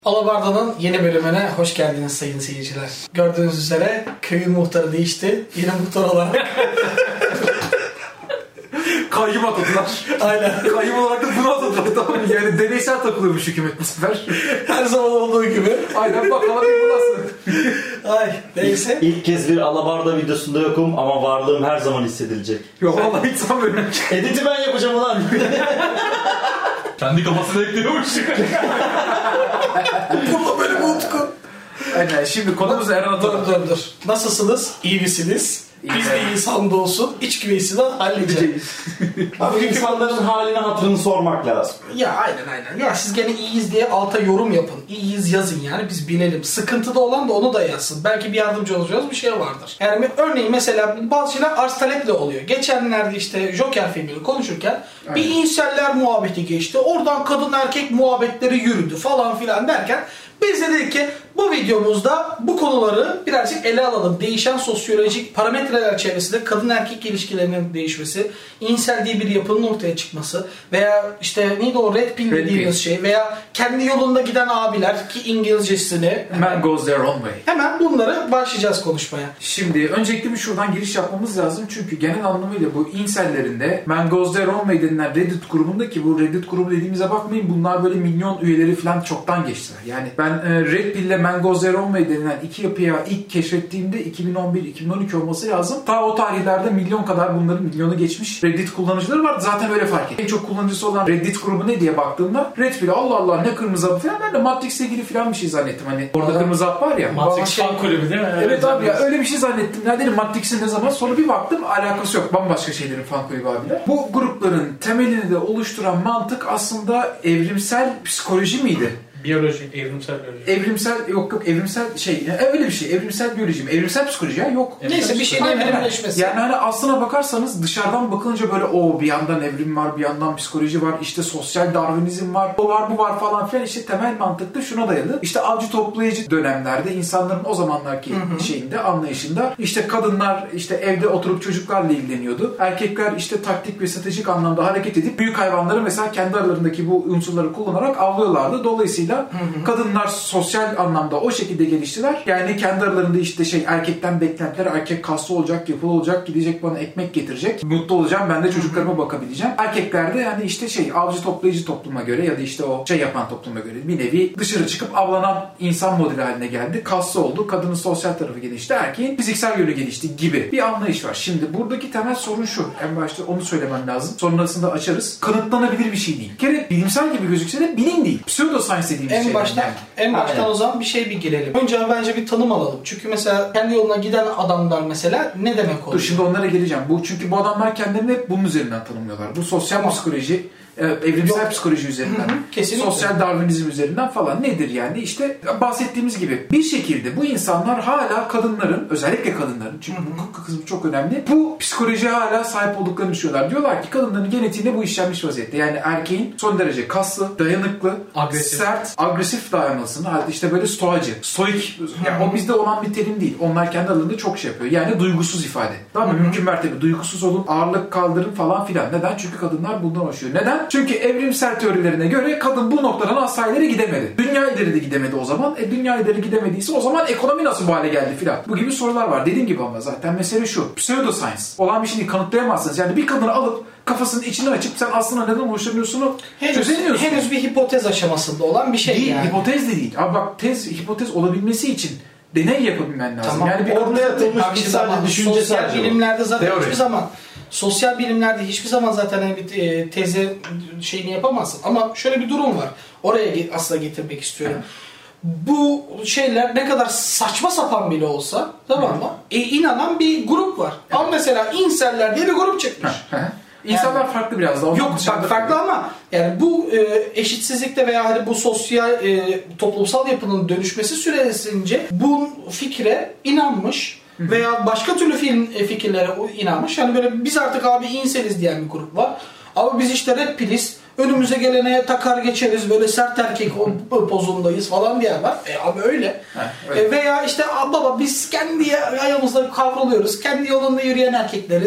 Alabarda'nın yeni bölümüne hoş geldiniz sayın seyirciler. Gördüğünüz üzere köyün muhtarı değişti. Yeni muhtar olarak kayyum atadılar. aynen. Kayyum olarak da bunu atadılar. Tamam mı? Yani deneysel takılıyormuş hükümet bu sefer. Her zaman olduğu gibi. Aynen, bakalım bir bu nasıl. Ay neyse. İlk kez bir Alabarda videosunda yokum ama varlığım her zaman hissedilecek. Yok vallahi hiç sanmıyorum. Edit'i ben yapacağım ulan. Kendi kafasına ekliyormuş. Burada böyle bir utku. Aynen, şimdi konumuz Eren Ataman. Dur. Nasılsınız? İyi misiniz? Biz de iyiyiz hamdolsun. İç güveysi de halledeceğiz. Abi insanların halini hatırını sormak lazım. Ya aynen. Ya siz gene iyiyiz diye alta yorum yapın. İyiyiz yazın yani biz bilelim. Sıkıntıda olan da onu da yazsın. Belki bir yardımcı olacağız bir şey vardır. Yani örneğin mesela bazı şeyler arz taleple oluyor. Geçenlerde işte Joker filmini konuşurken bir inseller muhabbeti geçti. Oradan kadın erkek muhabbetleri yürüdü falan filan derken biz de dedik ki bu videomuzda bu konuları birazcık ele alalım. Değişen sosyolojik parametreler çevresinde kadın erkek ilişkilerinin değişmesi, insel diye bir yapının ortaya çıkması veya işte neydi o red pill dediğimiz şey veya kendi yolunda giden abiler ki İngilizcesini Man goes their own way. hemen bunları başlayacağız konuşmaya. Şimdi öncelikle bir şuradan giriş yapmamız lazım. Çünkü genel anlamıyla bu insellerinde Man goes their own way denilen Reddit grubunda, ki bu Reddit grubu dediğimize bakmayın, bunlar böyle milyon üyeleri falan çoktan geçtiler. Yani ben Red Pill ile Man goes their own way denilen iki yapıya ilk keşfettiğimde 2011-2012 olması lazım. Ta o tarihlerde milyon kadar, bunların milyonu geçmiş Reddit kullanıcıları vardı. Zaten öyle fark ettim. En çok kullanıcısı olan Reddit grubu ne diye baktığımda Red Pill, Allah Allah ne kırmızı hap falan, ben de Matrix'le ilgili falan bir şey zannettim. Hani orada kırmızı hap var ya. Matrix fan kulübü değil mi? Evet abi ya, öyle bir şey zannettim. Ya dedim Matrix'in ne zaman? Sonra bir baktım alakası yok. Bambaşka şeylerin fan kulübü abiler. Bu grupların temelini de oluşturan mantık aslında evrimsel psikoloji miydi? Biyoloji, evrimsel biyoloji. Evrimsel şey, öyle bir şey. Evrimsel biyoloji mi? Evrimsel psikoloji ya, yok. Neyse bir şeyin evrimleşmesi. Yani hani aslına bakarsanız dışarıdan bakılınca böyle bir yandan evrim var, bir yandan psikoloji var, işte sosyal darwinizm var, o var bu var falan filan, işte temel mantıkta şuna dayalı. İşte avcı toplayıcı dönemlerde insanların o zamanlarki şeyinde, anlayışında işte kadınlar işte evde oturup çocuklarla ilgileniyordu. Erkekler işte taktik ve stratejik anlamda hareket edip büyük hayvanları mesela kendi aralarındaki bu unsurları kullanarak avlıyorlardı. Dolayısıyla kadınlar sosyal anlamda o şekilde geliştiler. Yani kendi aralarında işte erkekten beklentiler, erkek kaslı olacak, yapılı olacak, gidecek bana ekmek getirecek, mutlu olacağım, ben de çocuklarıma bakabileceğim. Erkekler de yani işte avcı toplayıcı topluma göre ya da işte o yapan topluma göre bir nevi dışarı çıkıp avlanan insan modeli haline geldi. Kaslı oldu, kadının sosyal tarafı gelişti, erkeğin fiziksel yönü gelişti gibi bir anlayış var. Şimdi buradaki temel sorun şu. En başta onu söylemem lazım. Sonrasında açarız. Kanıtlanabilir bir şey değil. Bir kere bilimsel gibi gözükse de bilim değil. Pseudoscience dediğimiz En baştan o zaman bir girelim. Önce bence bir tanım alalım. Çünkü mesela kendi yoluna giden adamlar mesela ne demek oluyor? Dur şimdi onlara geleceğim. Çünkü bu adamlar kendilerini hep bunun üzerinden tanımlıyorlar. Bu sosyal psikoloji, evrimsel psikoloji üzerinden, sosyal darwinizm üzerinden falan nedir yani? İşte bahsettiğimiz gibi bir şekilde bu insanlar hala kadınların, özellikle kadınların, çünkü bu kısmı çok önemli, bu psikolojiye hala sahip olduklarını düşünüyorlar. Diyorlar ki kadınların genetiğinde bu işlenmiş vaziyette. Yani erkeğin son derece kaslı, dayanıklı, sert, agresif dayanmasını, işte böyle stoik, yani o bizde olan bir terim değil. Onlar kendi aralarında çok şey yapıyor. Yani duygusuz ifade. Tamam mı? Mümkün mertebe duygusuz olun, ağırlık kaldırın falan filan. Neden? Çünkü kadınlar bundan hoşuyor. Neden? Çünkü evrimsel teorilerine göre kadın bu noktadan asla ileri gidemedi. Dünya ileri de gidemedi o zaman. Dünya ileri gidemediyse o zaman ekonomi nasıl bu hale geldi filan. Bu gibi sorular var. Dediğim gibi ama zaten mesele şu. Pseudoscience. Olan bir şeyi kanıtlayamazsınız. Yani bir kadını alıp kafasının içini açıp sen aslında neden hoşlanıyorsunu çözemiyorsun. Henüz bir hipotez aşamasında olan bir şey değil, yani. Hipotez de değil. Abi bak hipotez olabilmesi için deney yapabilmen lazım. Tamam. Yani bir ortaya atılmış bir sadece düşünce sosyal sadece. bilimlerde zaten Teori. sosyal bilimlerde hiçbir zaman zaten bir teze şeyini yapamazsın. Ama şöyle bir durum var. Oraya aslında getirmek istiyorum. Bu şeyler ne kadar saçma sapan bile olsa, tamam mı? İnanan bir grup var. Ama mesela inseller diye bir grup çıkmış. İnsanlar farklı biraz daha. Yok farklı ama yani bu eşitsizlikte veya hani bu sosyal toplumsal yapının dönüşmesi süresince bu fikre inanmış veya başka türlü fikirlere inanmış. Yani böyle biz artık abi inseliz diyen bir grup var. Ama biz işte red piliz, önümüze gelene takar geçeriz, böyle sert erkek pozundayız falan diyen var. Abi öyle. Öyle. Veya işte baba biz kendi ayağımızda kavruluyoruz, kendi yolunda yürüyen erkekleriz.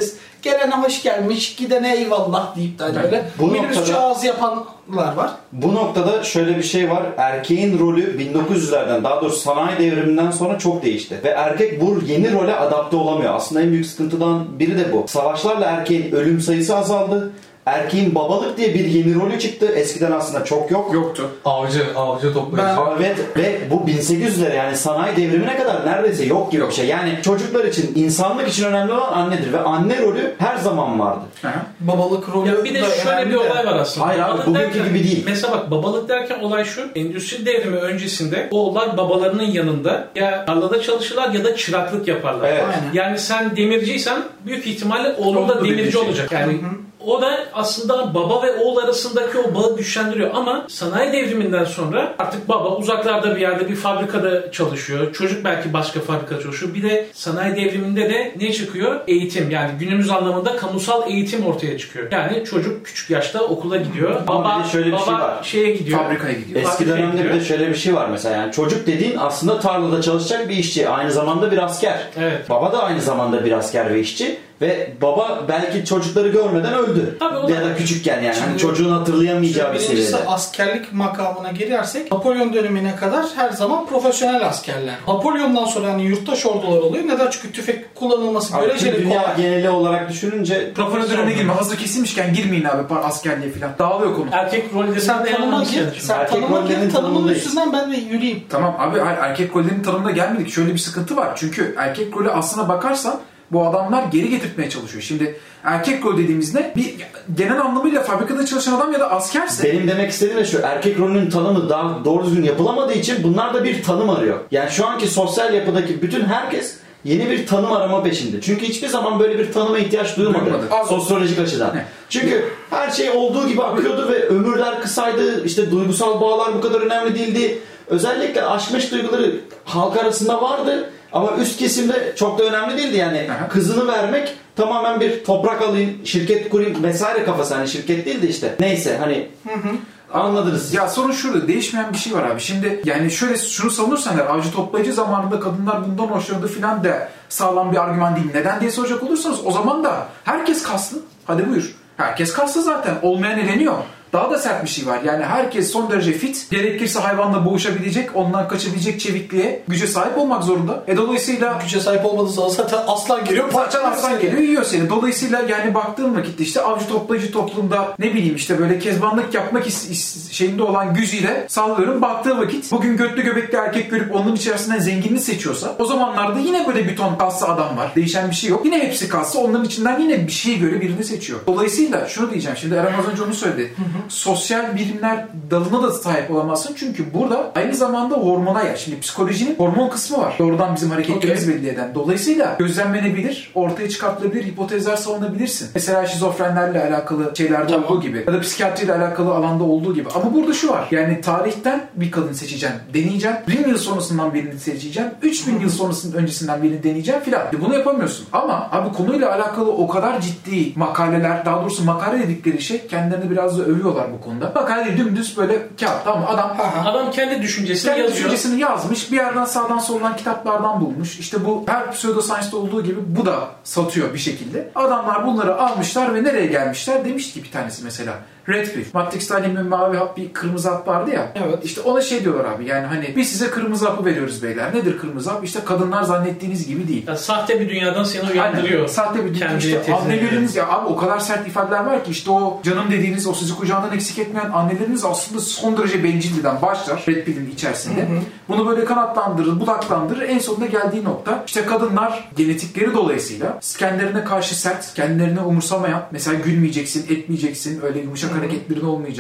Gelene hoş gelmiş, gidene eyvallah deyip de hani böyle Bu minibüsçü noktada- ağzı yapanlar var. Bu noktada şöyle bir şey var. Erkeğin rolü 1900'lerden, daha doğrusu sanayi devriminden sonra çok değişti. Ve erkek bu yeni role adapte olamıyor. Aslında en büyük sıkıntıdan biri de bu. Savaşlarla erkeğin ölüm sayısı azaldı. Erkeğin babalık diye bir yeni rolü çıktı. Eskiden aslında çok yoktu. Avcı toplayıcı. Evet ve bu 1800'lere yani sanayi devrimine kadar neredeyse yok gibi bir şey. Yani çocuklar için, insanlık için önemli olan annedir ve anne rolü her zaman vardı. Babalık rolü Ya bir de da şöyle önemli bir de. olay var aslında. Hayır abi, Babalık bugünkü derken- gibi değil. Mesela bak babalık derken olay şu. Endüstri devrimi öncesinde oğullar babalarının yanında ya tarlada çalışırlar ya da çıraklık yaparlar. Evet. Aynen. Yani sen demirciysen büyük ihtimalle oğlun da demirci olacak. Yani o da aslında baba ve oğul arasındaki o bağı güçlendiriyor. Ama sanayi devriminden sonra artık baba uzaklarda bir yerde bir fabrikada çalışıyor. Çocuk belki başka fabrikada çalışıyor. Bir de sanayi devriminde de ne çıkıyor? Eğitim. Yani günümüz anlamında kamusal eğitim ortaya çıkıyor. Yani çocuk küçük yaşta okula gidiyor. Ama Baba, bir de şöyle bir şey baba var. şeye gidiyor. Fabrikaya gidiyor. Eski Fabrikaya dönemde bir gidiyor. de şöyle bir şey var mesela, yani çocuk dediğin aslında tarlada çalışacak bir işçi, aynı zamanda bir asker. Evet. Baba da aynı zamanda bir asker ve işçi ve baba belki çocukları görmeden öldü. Tabii, o ya da- da küçükken yani hani Şimdi- çocuğun hatırlayamayacağı bir Birincisi seviyede. askerlik makamına gelirsek Napolyon dönemine kadar her zaman profesyonel askerler. Napolyon'dan sonra hani yurttaş ordular oluyor. Neden? Çünkü tüfek kullanılması Abi, tüm göreceli dünya kolay. geneli olarak düşününce Profesörüne girme. Hazır kesilmişken girmeyin abi askerliğe falan. Dağılıyor konu. Erkek rolleri Sen tanıma gir. Sen Erkek tanıma rollerinin gir. Tanımın tanımındayız. üstünden ben de yürüyeyim. Tamam abi, hayır, erkek rollerinin tanımına gelmedik. Şöyle bir sıkıntı var. Çünkü erkek rolü aslına bakarsan bu adamlar geri getirtmeye çalışıyor. Şimdi erkek rol dediğimiz ne? Bir genel anlamıyla fabrikada çalışan adam ya da askerse benim demek istediğim de şu: erkek rolünün tanımı daha doğru düzgün yapılamadığı için bunlar da bir tanım arıyor. Yani şu anki sosyal yapıdaki bütün herkes yeni bir tanım arama peşinde. Çünkü hiçbir zaman böyle bir tanıma ihtiyaç duymadı. Duymadı. Sosyolojik açıdan. Ne? Çünkü her şey olduğu gibi akıyordu ve ömürler kısaydı. İşte duygusal bağlar bu kadar önemli değildi. Özellikle aşkmış duyguları halk arasında vardı. Ama üst kesimde çok da önemli değildi yani. Aha. Kızını vermek tamamen bir toprak alayım, şirket kurayım vesaire kafası. Hani şirket değil de işte. Neyse hani anladınız. ya sorun şurada, değişmeyen bir şey var abi. Şimdi yani şöyle şunu savunursan eğer, avcı toplayıcı zamanında kadınlar bundan hoşlandı filan da sağlam bir argüman değil. Neden diye soracak olursanız o zaman da herkes kaslı. Hadi buyur. Herkes kaslı zaten. Olmayan eleniyor. Daha da sert bir şey var. Yani herkes son derece fit. Gerekirse hayvanla boğuşabilecek, ondan kaçabilecek çevikliğe, güce sahip olmak zorunda. Dolayısıyla Güce sahip olmadığı zaman zaten aslan geliyor. parçalan aslan geliyor, yiyor seni. Dolayısıyla yani baktığın vakitte işte avcı toplayıcı toplumda ne bileyim işte böyle kezbanlık yapmak şeyinde olan gücüyle sallıyorum. Baktığı vakit bugün götlü göbekli erkek görüp onun içerisinden zenginini seçiyorsa o zamanlarda yine böyle bir ton kaslı adam var. Değişen bir şey yok. Yine hepsi kaslı. Onların içinden yine bir şeye göre birini seçiyor. Dolayısıyla şunu diyeceğim. Şimdi Eren az önce onu söyledi. Sosyal bilimler dalına da sahip olamazsın. Çünkü burada aynı zamanda hormona ya. Şimdi psikolojinin hormon kısmı var. Doğrudan bizim hareketlerimizi belli eden. Dolayısıyla gözlemlenebilir, ortaya çıkartılabilir, hipotezler savunabilirsin. Mesela şizofrenlerle alakalı şeylerde olduğu gibi. Ya da psikiyatriyle alakalı alanda olduğu gibi. Ama burada şu var. Yani tarihten bir kadın seçeceğim, deneyeceğim. 1000 yıl sonrasından birini seçeceğim. 3000 yıl sonrasının öncesinden birini deneyeceğim filan. Bunu yapamıyorsun. Ama abi konuyla alakalı o kadar ciddi makaleler, daha doğrusu makale dedikleri şey, kendilerini biraz da övüyorlar bu konuda. Makale dümdüz böyle kağıt. Tamam, Adam kendi düşüncesini kendi yazıyor. düşüncesini yazmış. Bir yerden sağdan soldan kitaplardan bulmuş. İşte bu her pseudoscience'da olduğu gibi bu da satıyor bir şekilde. Adamlar bunları almışlar ve nereye gelmişler? Demiş ki bir tanesi mesela Red Pill. Matrix'te hani bir mavi hap, bir kırmızı hap vardı ya. Evet. İşte ona şey diyorlar abi. Yani hani biz size kırmızı hapı veriyoruz beyler. Nedir kırmızı hap? İşte kadınlar zannettiğiniz gibi değil. Yani sahte bir dünyadan seni uyandırıyor. Aynen. Sahte bir dünya. Kendi İşte tezine anneleriniz ya abi o kadar sert ifadeler var ki işte o canım dediğiniz, o sizi kucağından eksik etmeyen anneleriniz aslında son derece bencilden başlar Red Pill'in içerisinde. Bunu böyle kanatlandırır, budaklandırır. En sonunda geldiği nokta işte kadınlar genetikleri dolayısıyla kendilerine karşı sert, kendilerini umursamayan, mesela gülmeyeceksin, etmeyeceksin, öyle yumuşak hareketlerin olmayacak,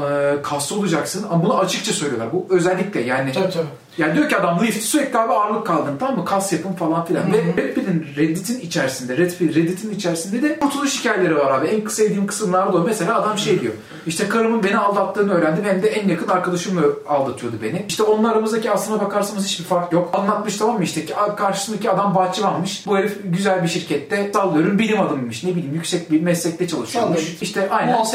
kaslı olacaksın. Ama bunu açıkça söylüyorlar. Bu özellikle yani Tabii. yani diyor ki adam lift sürekli abi ağırlık kaldırın, tamam mı? Kas yapın falan filan. Ve Red Pill'in Reddit'in içerisinde de kurtuluş hikayeleri var abi. En sevdiğim kısımlarda o. Mesela adam şey diyor. İşte karımın beni aldattığını öğrendim. Hem de en yakın arkadaşımla aldatıyordu beni. İşte onun aramızdaki aslına bakarsanız hiçbir fark yok. Anlatmış, tamam mı? İşte karşısındaki adam bahçıvanmış. Bu herif güzel bir şirkette sallıyorum bilim adamıymış. Ne bileyim yüksek bir meslekte çalışıyormuş. Sallıyorum. İşte aynen. Muhasebeci olsun.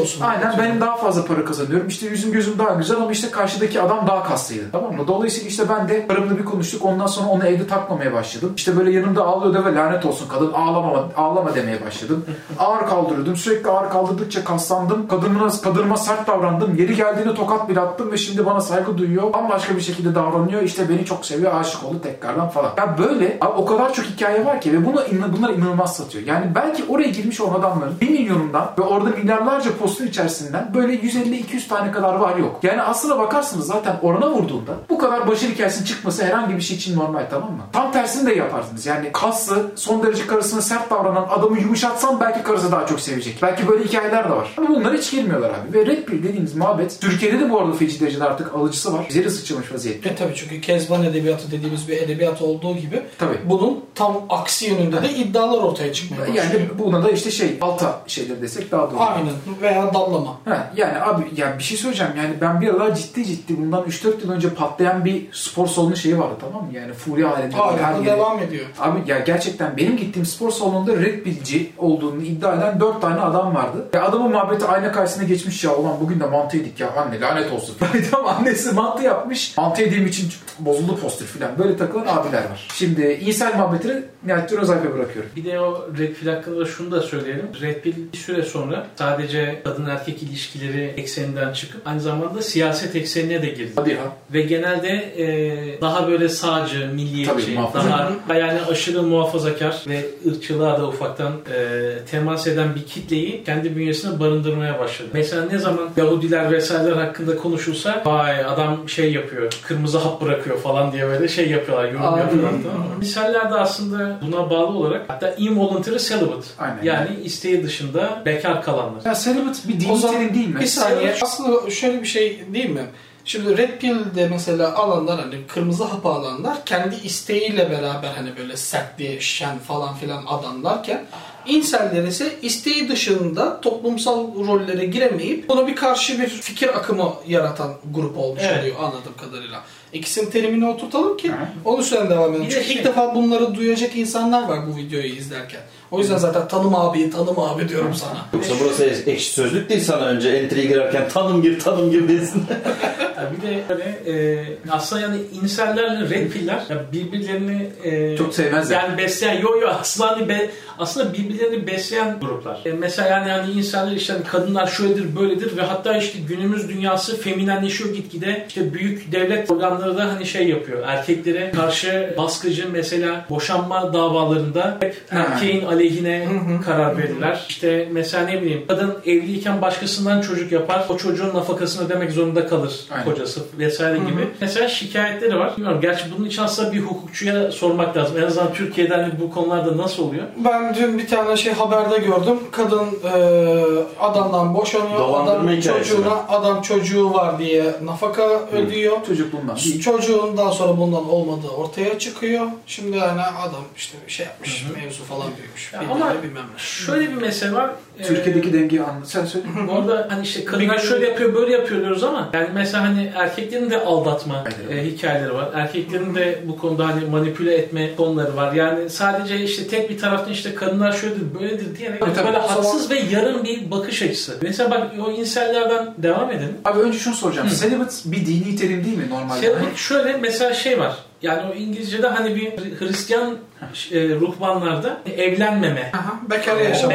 olsun. Aynen, benim daha fazla para kazanıyorum. İşte yüzüm gözüm daha güzel ama işte karşıdaki adam daha kaslıydı. Tamam mı? Dolayısıyla işte ben de karımla bir konuştuk. Ondan sonra onu evde takmamaya başladım. İşte böyle yanımda ağlıyordu ve lanet olsun kadın, ağlama demeye başladım. Ağır kaldırıyordum. Sürekli ağır kaldırdıkça kaslandım. Kadınıma sert davrandım. Yeri geldiğinde tokat bile attım ve şimdi bana saygı duyuyor. Bambaşka bir şekilde davranıyor. İşte beni çok seviyor. Aşık oldu tekrardan falan. Ya böyle abi, o kadar çok hikaye var ki ve bunlar inanılmaz satıyor. Yani belki oraya girmiş olan adamların 1 milyonundan ve orada milyarlarca postun içerisinden böyle 150-200 tane kadar var yok. Yani aslına bakarsınız zaten orana vurduğunda bu kadar başarı hikayesinin çıkması herhangi bir şey için normal, tamam mı? Tam tersini de yaparsınız. Yani kaslı, son derece karısına sert davranan adamı yumuşatsan belki karısı daha çok sevecek. Belki böyle hikayeler de var. Ama bunlara hiç girmiyorlar abi. Ve Red Pill dediğimiz muhabbet Türkiye'de de bu arada feci derecede artık alıcısı var. Bize de sıçramış vaziyette. Tabii, çünkü Kezban edebiyatı dediğimiz bir edebiyat olduğu gibi bunun tam aksi yönünde de iddialar ortaya çıkmaya başlıyor. Yani buna da işte alta şeyleri desek daha doğru. Aynen, veya dallama. Yani abi ya bir şey söyleyeceğim, yani ben bir aralar ciddi bundan 3-4 yıl önce patlayan bir spor salonu şeyi vardı, tamam mı? Yani furya halinde. Hala devam ediyor. Abi ya gerçekten benim gittiğim spor salonunda Red Pill'ci olduğunu iddia eden 4 tane adam vardı. Ya adamın muhabbeti ayna karşısına geçmiş, ya ulan bugün de mantı yedik ya anne lanet olsun. Tamam, annesi mantı yapmış. Mantı yediğim için bozuldu postür falan. Böyle takılan abiler var. Şimdi İsa'l muhabbetini Nihat Özalp'e bırakıyorum. Bir de o Red Pill hakkında şunu da söyleyelim. Red Pill bir süre sonra sadece kadın erkek ilişkileri ekseninden çıkıp aynı zamanda siyaset eksenine de girdi. Hadi ha. Ve genelde daha böyle sağcı, milliyetçi, daha yani aşırı muhafazakar ve ırkçılığa da ufaktan temas eden bir kitleyi kendi bünyesine barındırmaya başladı. Mesela ne zaman Yahudiler vesaireler hakkında konuşulsa vay adam şey yapıyor, kırmızı hap bırakıyor falan diye böyle şey yapıyorlar, yorum yapıyorlar. Tamam mı? Misaller de aslında buna bağlı olarak hatta involuntary celibate. Aynen. Yani isteği dışında bekar kalanlar. Ya celibate bir dini terim değil mi? Bir saniye. Aslında şöyle bir şey değil mi? Şimdi Red Pill'de mesela alanlar, hani kırmızı hapı alanlar kendi isteğiyle beraber hani böyle sertliğe şen falan filan adamlarken İnsel'ler ise isteği dışında toplumsal rollere giremeyip buna bir karşı bir fikir akımı yaratan grup olmuş oluyor anladığım kadarıyla. İkisinin terimini oturtalım ki onun üstünden devam edelim. Çünkü ilk defa bunları duyacak insanlar var bu videoyu izlerken. O yüzden zaten tanım abi diyorum sana. Yoksa burası ekşi sözlük değil, sana önce entry'e girerken tanım gir desin. Bir de böyle aslında yani insellerle Red Pill'ler birbirlerini çok sevmezler. Yani besleyen aslında birbirlerini besleyen gruplar. Mesela yani inseller işte kadınlar şöyledir böyledir ve hatta işte günümüz dünyası feminenleşiyor gitgide. İşte büyük devlet organları da hani şey yapıyor. Erkeklere karşı baskıcı, mesela boşanma davalarında hep erkeğin aleyhine karar verirler. İşte mesela ne bileyim, kadın evliyken başkasından çocuk yapar. O çocuğun nafakasını ödemek zorunda kalır kocası vesaire gibi. Mesela şikayetleri var. Bilmiyorum, gerçi bunun için aslında bir hukukçuya sormak lazım. En azından Türkiye'den bu konularda nasıl oluyor? Ben dün bir tane haberde gördüm. Kadın adamdan boşanıyor. Adam çocuğu var diye nafaka ödüyor. Çocukluğundan. Çocuğundan sonra bundan olmadığı ortaya çıkıyor. Şimdi yani adam işte şey yapmış, mevzu falan büyümüş. Ama şöyle bir mesele var. Türkiye'deki dengeyi anlat. Sen söyle. Orada hani işte kadınlar şöyle yapıyor, böyle yapıyor diyoruz ama yani mesela hani erkeklerin de aldatma hikayeleri var. Erkeklerin de bu konuda hani manipüle etme konuları var. Yani sadece işte tek bir taraftan işte kadınlar şöyledir, böyledir diyerek böyle haksız ve yarım bir bakış açısı. Mesela bak o insellerden devam edelim. Abi önce şunu soracağım. Celibate bir dini terim değil mi normalde? Celibate şöyle mesela şey var. Yani o İngilizce'de hani bir Hristiyan ruhbanlarda evlenmeme. Bekar yaşam.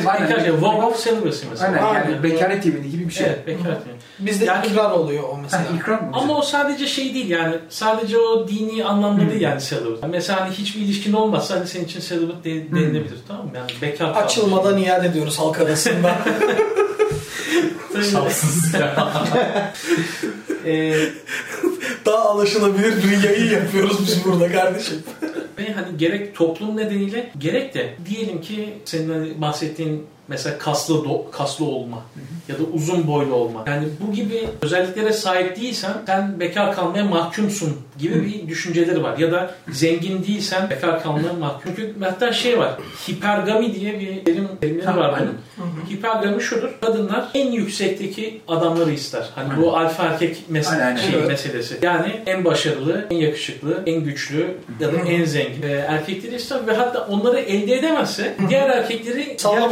Vow of celibacy mesela. Aynen. Yani bekaret yemini gibi bir şey. Evet, bekaret yemini. Bizde yani, ikrar oluyor o mesela. İkrar mı? Ama o sadece şey değil yani. Sadece o dini anlamda değil yani celibate. Mesela hani hiçbir ilişkin olmazsa hani senin için celibate denilebilir, tamam mı? Yani bekar kalmış. Açılmadan iade ediyoruz halk arasında. Şanssız ya. Daha alışılabilir bir yayın yapıyoruz biz burada kardeşim. Ve hani gerek toplum nedeniyle gerek de diyelim ki senin hani bahsettiğin mesela kaslı olma ya da uzun boylu olma. Yani bu gibi özelliklere sahip değilsen sen bekar kalmaya mahkumsun gibi bir düşünceleri var. Ya da zengin değilsen bekar kalmaya mahkum. Çünkü hatta şey var. Hipergami diye bir terimleri var bunun. Hipergami şudur. Kadınlar en yüksekteki adamları ister. Hani bu alfa erkek meselesi. Yani en başarılı, en yakışıklı, en güçlü ya da en zengin erkekleri ister ve hatta onları elde edemezse diğer erkeklerle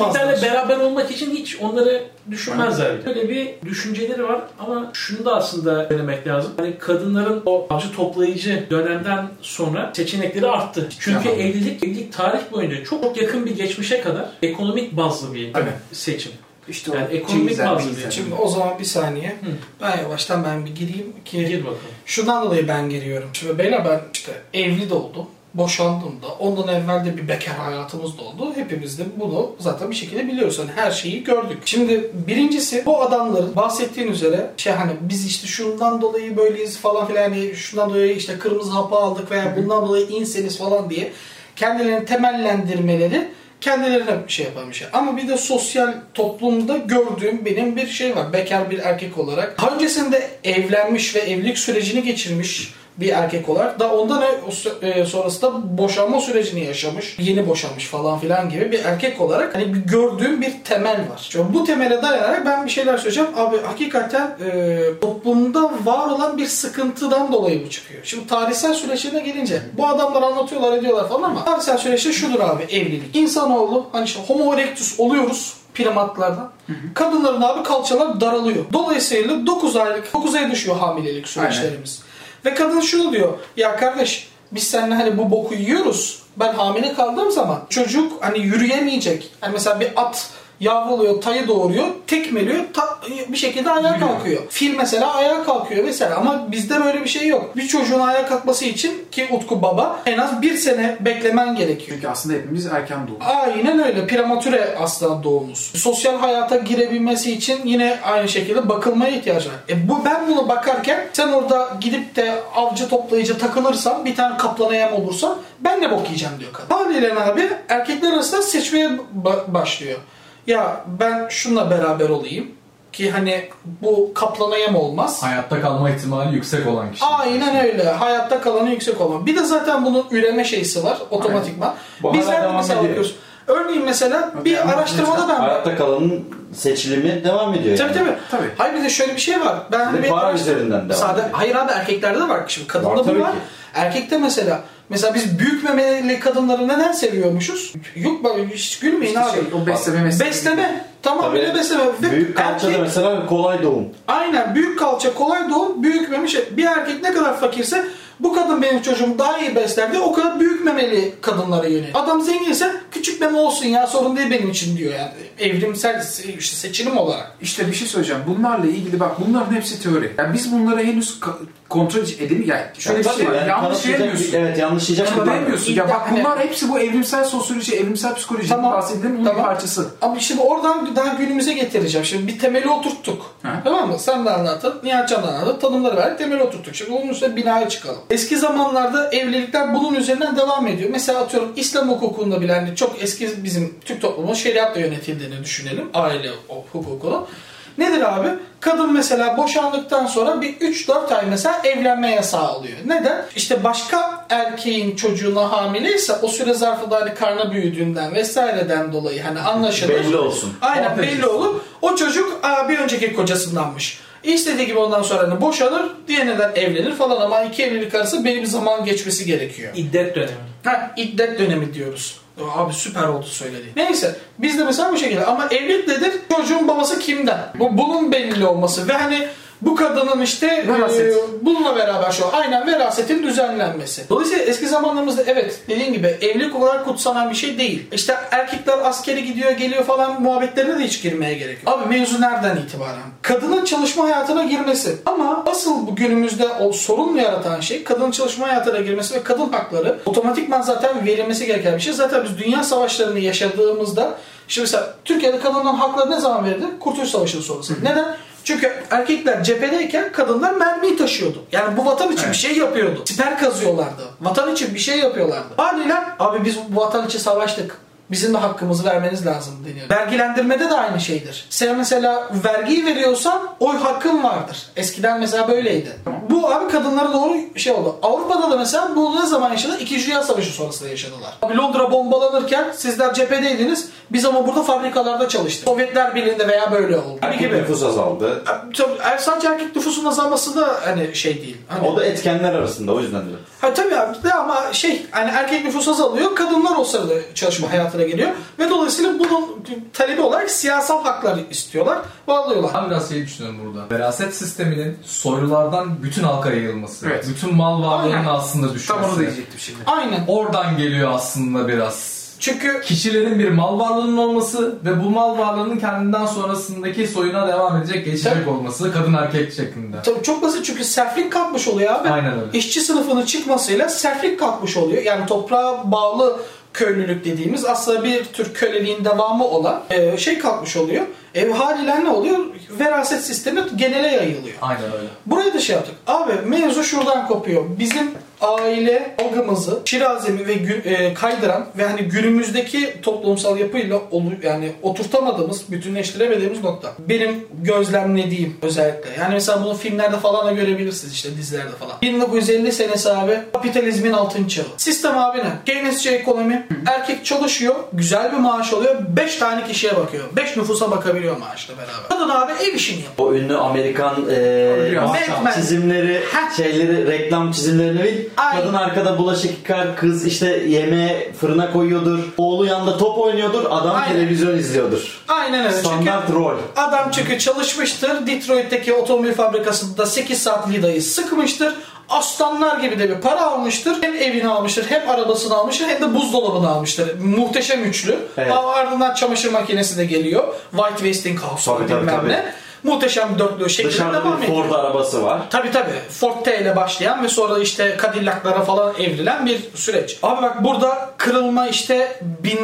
beraber olmak için hiç onları düşünmezler. Böyle bir düşünceleri var ama şunu da aslında söylemek lazım. Hani kadınların o avcı toplayıcı dönemden sonra seçenekleri arttı. Çünkü evlilik tarih boyunca çok yakın bir geçmişe kadar ekonomik bazlı bir seçim. İşte yani ekonomik bazlı bir. Şimdi o zaman bir saniye. Ben yavaştan bir gireyim ki. Gir bakalım. Şundan dolayı ben giriyorum. Şimdi beyler ben işte evli de oldum. Boşandım da. Ondan evvel de bir bekar hayatımız da oldu. Hepimiz de bunu zaten bir şekilde biliyoruz. Hani her şeyi gördük. Şimdi birincisi bu adamların bahsettiğin üzere hani biz işte şundan dolayı böyleyiz falan filan, hani şundan dolayı işte kırmızı hapı aldık veya bundan dolayı inseniz falan diye kendilerini temellendirmeleri kendilerine yapan bir şey. Ama bir de sosyal toplumda gördüğüm benim bir şey var. Bekar bir erkek olarak. Daha öncesinde evlenmiş ve evlilik sürecini geçirmiş bir erkek olarak da ondan sonrasında boşanma sürecini yaşamış, yeni boşanmış falan filan gibi bir erkek olarak hani bir gördüğüm bir temel var. Şimdi bu temele dayanarak ben bir şeyler söyleyeceğim. Abi hakikaten toplumda var olan bir sıkıntıdan dolayı bu çıkıyor. Şimdi tarihsel süreçlerine gelince bu adamlar anlatıyorlar ediyorlar falan ama tarihsel süreçte şudur abi, evlilik. İnsanoğlu hani işte homo erectus oluyoruz primatlardan. Kadınların abi kalçalar daralıyor. Dolayısıyla 9 aya düşüyor hamilelik süreçlerimiz. Aynen. Ve kadın şunu diyor, ya kardeş biz seninle hani bu boku yiyoruz. Ben hamile kaldığım zaman çocuk hani yürüyemeyecek. Hani mesela bir at yavruluyor, tayı doğuruyor, tekmeliyor, bir şekilde ayağa kalkıyor. Fil mesela ayağa kalkıyor mesela ama bizde böyle bir şey yok. Bir çocuğun ayağa kalkması için ki Utku baba en az 1 sene beklemen gerekiyor. Çünkü aslında hepimiz erken doğumuz. Aynen öyle. Prematüre aslında doğumuz. Sosyal hayata girebilmesi için yine aynı şekilde bakılmaya ihtiyacı var. Ben bunu bakarken sen orada gidip de avcı toplayıcı takılırsan, bir tane kaplana yem olursan ben ne bok yiyeceğim diyor kadın. Haliyle abi erkekler arasında seçmeye başlıyor. Ya ben şununla beraber olayım ki hani bu kaplana yem olmaz. Hayatta kalma ihtimali yüksek olan kişi. Aynen öyle. Hayatta kalanı yüksek olan. Bir de zaten bunun üreme şeysi var otomatikman. Bizler de mesela bakıyoruz. Örneğin mesela bir araştırmada ben... Hayatta kalanın seçilimi devam ediyor. Tabii. Hayır bir de şöyle bir şey var. Ben bir para üzerinden devam ediyor. Hayır abi erkeklerde de var. Şimdi kadında bu var. Erkekte mesela biz büyük memeli kadınları neden seviyormuşuz? Yok hiç gülmeyin işte abi. O besleme. Tamam bile besleme. Büyük kalçada mesela kolay doğum. Aynen büyük kalça kolay doğum, büyük meme Bir erkek ne kadar fakirse bu kadın benim çocuğumu daha iyi besler diye o kadar büyük memeli kadınlara yönelik. Adam zenginse küçük meme olsun ya sorun değil benim için diyor yani. Evrimsel seçilim olarak. İşte bir şey söyleyeceğim. Bunlarla ilgili bak bunların hepsi teori. Yani biz bunları henüz kontrol edemeyiz. Yani şöyle bir şey var. Yanlış diyemiyorsun. Evet yanlış diyemiyorsun. Ya bak bunlar hepsi bu evrimsel sosyoloji, evrimsel psikoloji bahsedelim onun bir parçası. Ama şimdi oradan daha günümüze getireceğim. Şimdi bir temeli oturttuk. Tamam mı? Sen de anlattın. Nihatcan da anlattı. Tanımları verdik. Temeli oturttuk. Şimdi onun üstüne binaya çıkalım. Eski zamanlarda evlilikler bunun üzerinden devam ediyor. Mesela atıyorum İslam hukukunda bile hani çok eski bizim Türk toplumunun şeriatla yönetildiğini düşünelim. Aile hukukunu. Nedir abi? Kadın mesela boşandıktan sonra bir 3-4 ay mesela evlenme yasağı alıyor. Neden? İşte başka erkeğin çocuğuna hamileyse o süre zarfında hani karnı büyüdüğünden vesaireden dolayı hani anlaşılır. Belli olsun. Aynen belli olur. O çocuk bir önceki kocasındanmış. İstediği gibi ondan sonra hani boşanır, yeniden evlenir falan ama iki evlilik arası belli bir zaman geçmesi gerekiyor. İddet dönemi. İddet dönemi diyoruz. Abi süper oldu söylediğin. Neyse biz de mesela bu şekilde ama evlilik nedir? Çocuğun babası kimden? Bunun belli olması ve hani bu kadının işte bununla beraber aynen verasetin düzenlenmesi. Dolayısıyla eski zamanlarımızda evet dediğin gibi evlilik olarak kutsanan bir şey değil. İşte erkekler askere gidiyor geliyor falan muhabbetlerine de hiç girmeye gerek yok. Abi mevzu nereden itibaren? Kadının çalışma hayatına girmesi. Ama asıl bu günümüzde o sorun yaratan şey kadının çalışma hayatına girmesi ve kadın hakları otomatikman zaten verilmesi gereken bir şey. Zaten biz dünya savaşlarını yaşadığımızda işte mesela Türkiye'de kadının hakları ne zaman verildi? Kurtuluş Savaşı'nın sonrası. Neden? Çünkü erkekler cephedeyken kadınlar mermiyi taşıyordu. Yani bu vatan için bir şey yapıyordu. Siper kazıyorlardı. Vatan için bir şey yapıyorlardı. Haliyle abi biz bu vatan için savaştık. Bizim de hakkımızı vermeniz lazım deniyor. Vergilendirmede de aynı şeydir. Sen mesela vergiyi veriyorsan oy hakkın vardır. Eskiden mesela böyleydi. Bu abi kadınlara doğru şey oldu. Avrupa'da da mesela bu ne zaman yaşadı? 2. Dünya Savaşı sonrasında yaşadılar. Abi Londra bombalanırken sizler cephedeydiniz. Biz ama burada fabrikalarda çalıştık. Sovyetler Birliği'nde veya böyle oldu. Erkek nüfus azaldı. Sadece erkek nüfusun azalması da hani şey değil. Hani... O da etkenler arasında o yüzden de. Tabii abi ama hani erkek nüfus azalıyor, kadınlar o sırada çalışma hayatına geliyor ve dolayısıyla bunun talebi olarak siyasal haklar istiyorlar ve alıyorlar. Ben biraz düşünüyorum burada. Veraset sisteminin soylulardan bütün halka yayılması. Evet. Bütün mal varlığının Aynen. aslında düşmesi. Tam onu diyecektim şimdi. Aynen. Oradan geliyor aslında biraz. Çünkü Kişilerin bir mal varlığının olması ve bu mal varlığının kendinden sonrasındaki soyuna devam edecek, geçecek olması kadın erkek şeklinde. tabii çok basit, çünkü serflik kalkmış oluyor abi. Aynen öyle. İşçi sınıfının çıkmasıyla serflik kalkmış oluyor. Yani toprağa bağlı köylülük dediğimiz aslında bir tür köleliğin devamı olan kalkmış oluyor. Haliyle ne oluyor? Veraset sistemi genele yayılıyor. Aynen öyle. Burayı da yaptık. Abi mevzu şuradan kopuyor. Bizim aile algımızı Şirazemi ve kaydıran ve hani günümüzdeki toplumsal yapıyla yani oturtamadığımız, bütünleştiremediğimiz nokta. Benim gözlemlediğim özellikle. Yani mesela bunu filmlerde falan da görebilirsiniz, işte dizilerde falan. 1950 senesi abi kapitalizmin altın çağı. Sistem abi ne? Keynesçi ekonomi. Erkek çalışıyor, güzel bir maaş alıyor. 5 tane kişiye bakıyor. 5 nüfusa bakabiliyor maaşla beraber. Kadın abi ev işini yapıyor. O ünlü Amerikan Batman çizimleri, reklam çizimlerini bil. Aynen. Kadın arkada bulaşık yıkar, kız işte yemeği fırına koyuyordur. Oğlu yanında top oynuyordur, adam Aynen. televizyon izliyordur. Aynen öyle. Standart rol. Adam çünkü çalışmıştır. Detroit'teki otomobil fabrikasında 8 saat vidayı sıkmıştır. Aslanlar gibi de bir para almıştır. Hem evini almıştır, hem arabasını almıştır, hem de buzdolabını almıştır. Muhteşem üçlü. Evet. Ardından çamaşır makinesi de geliyor. White Westinghouse bilmem ne. Muhteşem dörtlü şeklinde Dışarıda devam bir ediyor. Ford arabası var. Tabii. Ford T ile başlayan ve sonra işte Cadillac'lara falan evrilen bir süreç. Abi bak, burada kırılma işte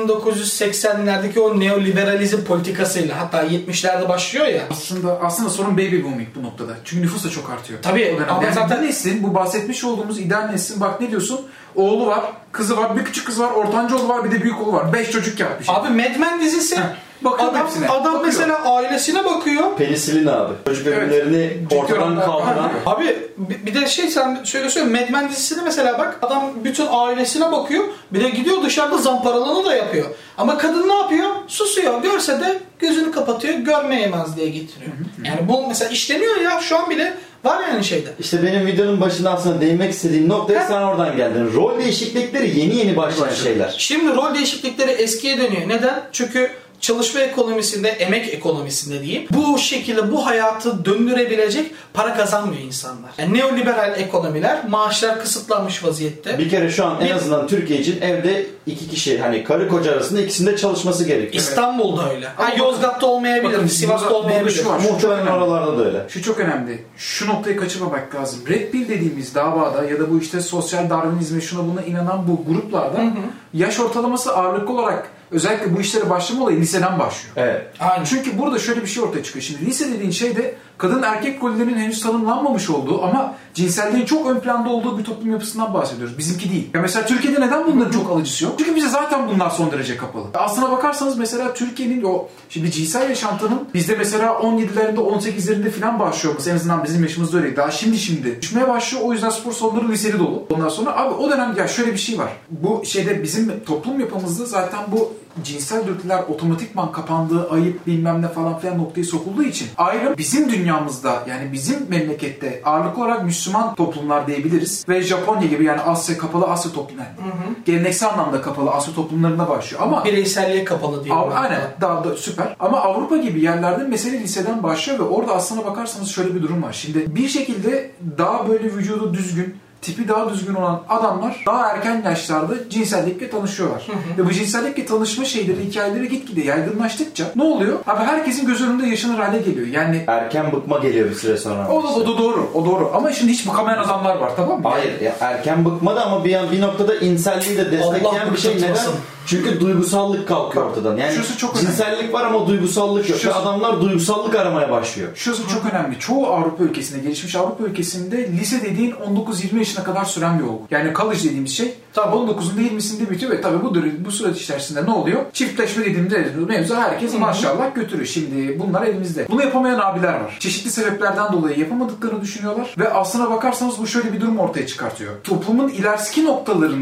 1980'lerdeki o neoliberalizm politikasıyla, hatta 70'lerde başlıyor ya. Aslında sorun baby booming bu noktada. Çünkü nüfus da çok artıyor. Tabii, ama yani zaten bu neslin, bu bahsetmiş olduğumuz ideal neslin, bak ne diyorsun? Oğlu var, kızı var, bir küçük kız var, ortanca oğlu var, bir de büyük oğlu var. 5 çocuk yapmış. abi Mad Men dizisi. Bakıyorum hepsine. Adam Bakıyor. mesela ailesine bakıyor. Penisilin abi. Çocuk ölümlerini ortadan oranlar kaldıran. var. Abi bir de sen şöyle söyle, Mad Men dizisine mesela bak, adam bütün ailesine bakıyor, bir de gidiyor dışarıda zamparalanı da yapıyor. Ama kadın ne yapıyor? Susuyor. Görse de gözünü kapatıyor, görmeyemez diye getiriyor. Yani bu mesela işleniyor ya, şu an bile var yani şeyde. İşte benim videonun başında aslında değinmek istediğim noktaya sen oradan geldin. Rol değişiklikleri yeni başlayan şeyler. Şimdi rol değişiklikleri eskiye dönüyor. Neden? Çünkü çalışma ekonomisinde, emek ekonomisinde diyeyim, bu şekilde bu hayatı döndürebilecek para kazanmıyor insanlar. Yani neoliberal ekonomiler, maaşlar kısıtlanmış vaziyette. Bir kere şu an en azından Türkiye için evde 2 kişi, hani karı koca arasında ikisinde çalışması gerekiyor. İstanbul'da öyle. Ama Yozgat'ta olmayabilir, bakın, Sivas'ta burada olmayabilir. şu var. Muhtemelen oralarda da öyle. Şu çok önemli. Şu noktayı kaçırmamak lazım. Red Pill dediğimiz davada ya da bu işte sosyal darwinizme, şuna buna inanan bu gruplarda yaş ortalaması ağırlıklı olarak özellikle bu işlere başlama olayı liseden başlıyor. Evet. Aynen. Çünkü burada şöyle bir şey ortaya çıkıyor. Şimdi lise dediğin şey de kadın erkek rollerinin henüz tanımlanmamış olduğu ama cinselliğin çok ön planda olduğu bir toplum yapısından bahsediyoruz. Bizimki değil. Ya mesela Türkiye'de neden bunların çok alıcısı yok? Çünkü bize zaten bunlar son derece kapalı. Aslına bakarsanız mesela Türkiye'nin o şimdi cinsel yaşantının bizde mesela 17'lerinde 18'lerinde falan başlıyor. Mesela en azından bizim yaşımızda öyle. Daha şimdi düşmeye başlıyor. O yüzden spor salonları liseli dolu. Ondan sonra abi o dönem ya şöyle bir şey var. Bu şeyde bizim toplum yapımızda zaten bu cinsel dürtüler otomatikman kapandığı, ayıp bilmem ne falan filan noktaya sokulduğu için ayrım bizim dünyamızda, yani bizim memlekette ağırlıklı olarak Müslüman toplumlar diyebiliriz ve Japonya gibi, yani Asya, kapalı Asya toplumları, geleneksel anlamda kapalı Asya toplumlarına başlıyor ama bireyselliğe kapalı diye. aynen, daha da süper. Ama Avrupa gibi yerlerde mesele liseden başlıyor ve orada aslına bakarsanız şöyle bir durum var. Şimdi bir şekilde daha böyle vücudu düzgün, tipi daha düzgün olan adamlar daha erken yaşlarda cinsellikle tanışıyorlar. Ve bu cinsellikle tanışma şeyleri, hikayeleri gitgide yaygınlaştıkça ne oluyor? Abi herkesin göz önünde yaşanır hale geliyor. Yani Erken bıkma geliyor bir süre sonra. o da doğru. O doğru. Ama şimdi hiç bıkamayan adamlar var, tamam mı? Hayır, ya erken bıkma da ama bir noktada inselliği de destekleyen bir şey. Neden? Çünkü duygusallık kalkıyor ortadan. Yani çok cinsellik var ama duygusallık yok. Ve adamlar duygusallık aramaya başlıyor. Şurası çok önemli. Çoğu Avrupa ülkesinde, gelişmiş Avrupa ülkesinde lise dediğin 19-20 yaşına kadar süren bir olgu. Yani college dediğimiz şey tabii 19'unda 20'sinde bitiyor ve tabii bu süreç içerisinde ne oluyor? Çiftleşme dediğimiz mevzu herkes maşallah götürüyor. Şimdi bunlar elimizde. Bunu yapamayan abiler var. Çeşitli sebeplerden dolayı yapamadıklarını düşünüyorlar ve aslına bakarsanız bu şöyle bir durum ortaya çıkartıyor. Toplumun ileriki noktalarında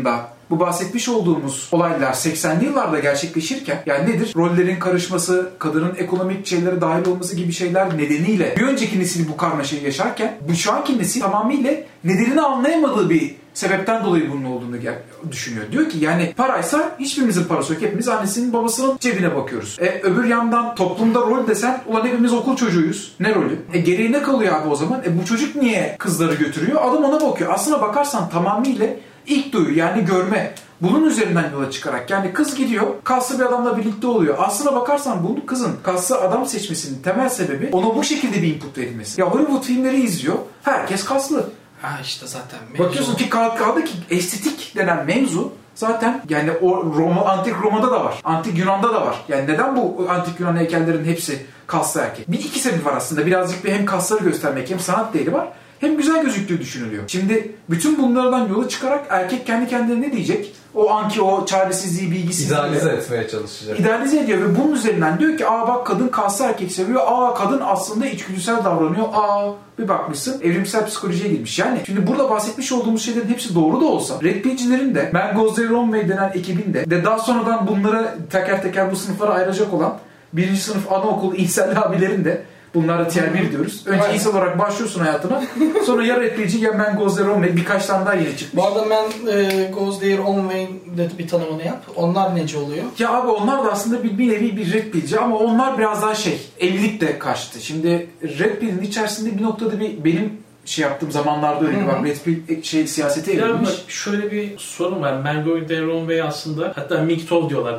bu bahsetmiş olduğumuz olaylar 80'li yıllarda gerçekleşirken yani nedir? Rollerin karışması, kadının ekonomik şeylere dahil olması gibi şeyler nedeniyle bir önceki nesil bu karmaşayı yaşarken bu şu anki nesil tamamıyla nedenini anlayamadığı bir sebepten dolayı bunun olduğunu düşünüyor. Diyor ki yani paraysa hiçbirimizin parası yok. Hepimiz annesinin babasının cebine bakıyoruz. Öbür yandan toplumda rol desen ulan hepimiz okul çocuğuyuz. Ne rolü? Geriye ne kalıyor abi o zaman? Bu çocuk niye kızları götürüyor? Adam ona bakıyor. Aslına bakarsan tamamıyla ilk duyu yani görme. Bunun üzerinden yola çıkarak yani kız gidiyor kaslı bir adamla birlikte oluyor. Aslına bakarsan bunu kızın kaslı adam seçmesinin temel sebebi ona bu şekilde bir input verilmesi. Ya Hollywood filmleri izliyor. Herkes kaslı. Ha işte zaten mevzu. Bakıyorsun ki kaldı ki estetik denen mevzu zaten yani o antik Roma'da da var. Antik Yunan'da da var. Yani neden bu antik Yunan heykellerin hepsi kaslı erkek? Bir iki sebebi var aslında. Birazcık bir hem kasları göstermek hem sanat değeri var. Hem güzel gözüktüğü düşünülüyor. Şimdi bütün bunlardan yola çıkarak erkek kendi kendine ne diyecek? O anki o çaresizliği, bilgisizliği İdealize etmeye çalışacak. İdealize ediyor ve bunun üzerinden diyor ki bak kadın kaslı erkek seviyor. Kadın aslında içgüdüsel davranıyor. Bir bakmışsın evrimsel psikolojiye girmiş. Yani şimdi burada bahsetmiş olduğumuz şeylerin hepsi doğru da olsa Red Pill'cilerin de Man Goes the Wrong Way denen ekibin de daha sonradan bunlara teker teker bu sınıflara ayıracak olan 1. sınıf anaokulu inselli abilerin de bunlara tier 1 diyoruz. Önce insan olarak başlıyorsun hayatına. Sonra ya Red Pill'ci ya Man Goes the Wrong Way birkaç tane daha yeni çıkmış. Bu arada Man Goes Their Own Way'de bir tanımını yap. Onlar nece oluyor? Ya abi onlar da aslında bir nevi bir Red Pill'ci ama onlar biraz daha evlilik de kaçtı. Şimdi Red Pill'in içerisinde bir noktada benim yaptığım zamanlarda öyle var. Red Pill siyasete evrilmiş. Şöyle bir sorun var. Man Goes Their Own Way aslında hatta MGTOW diyorlar.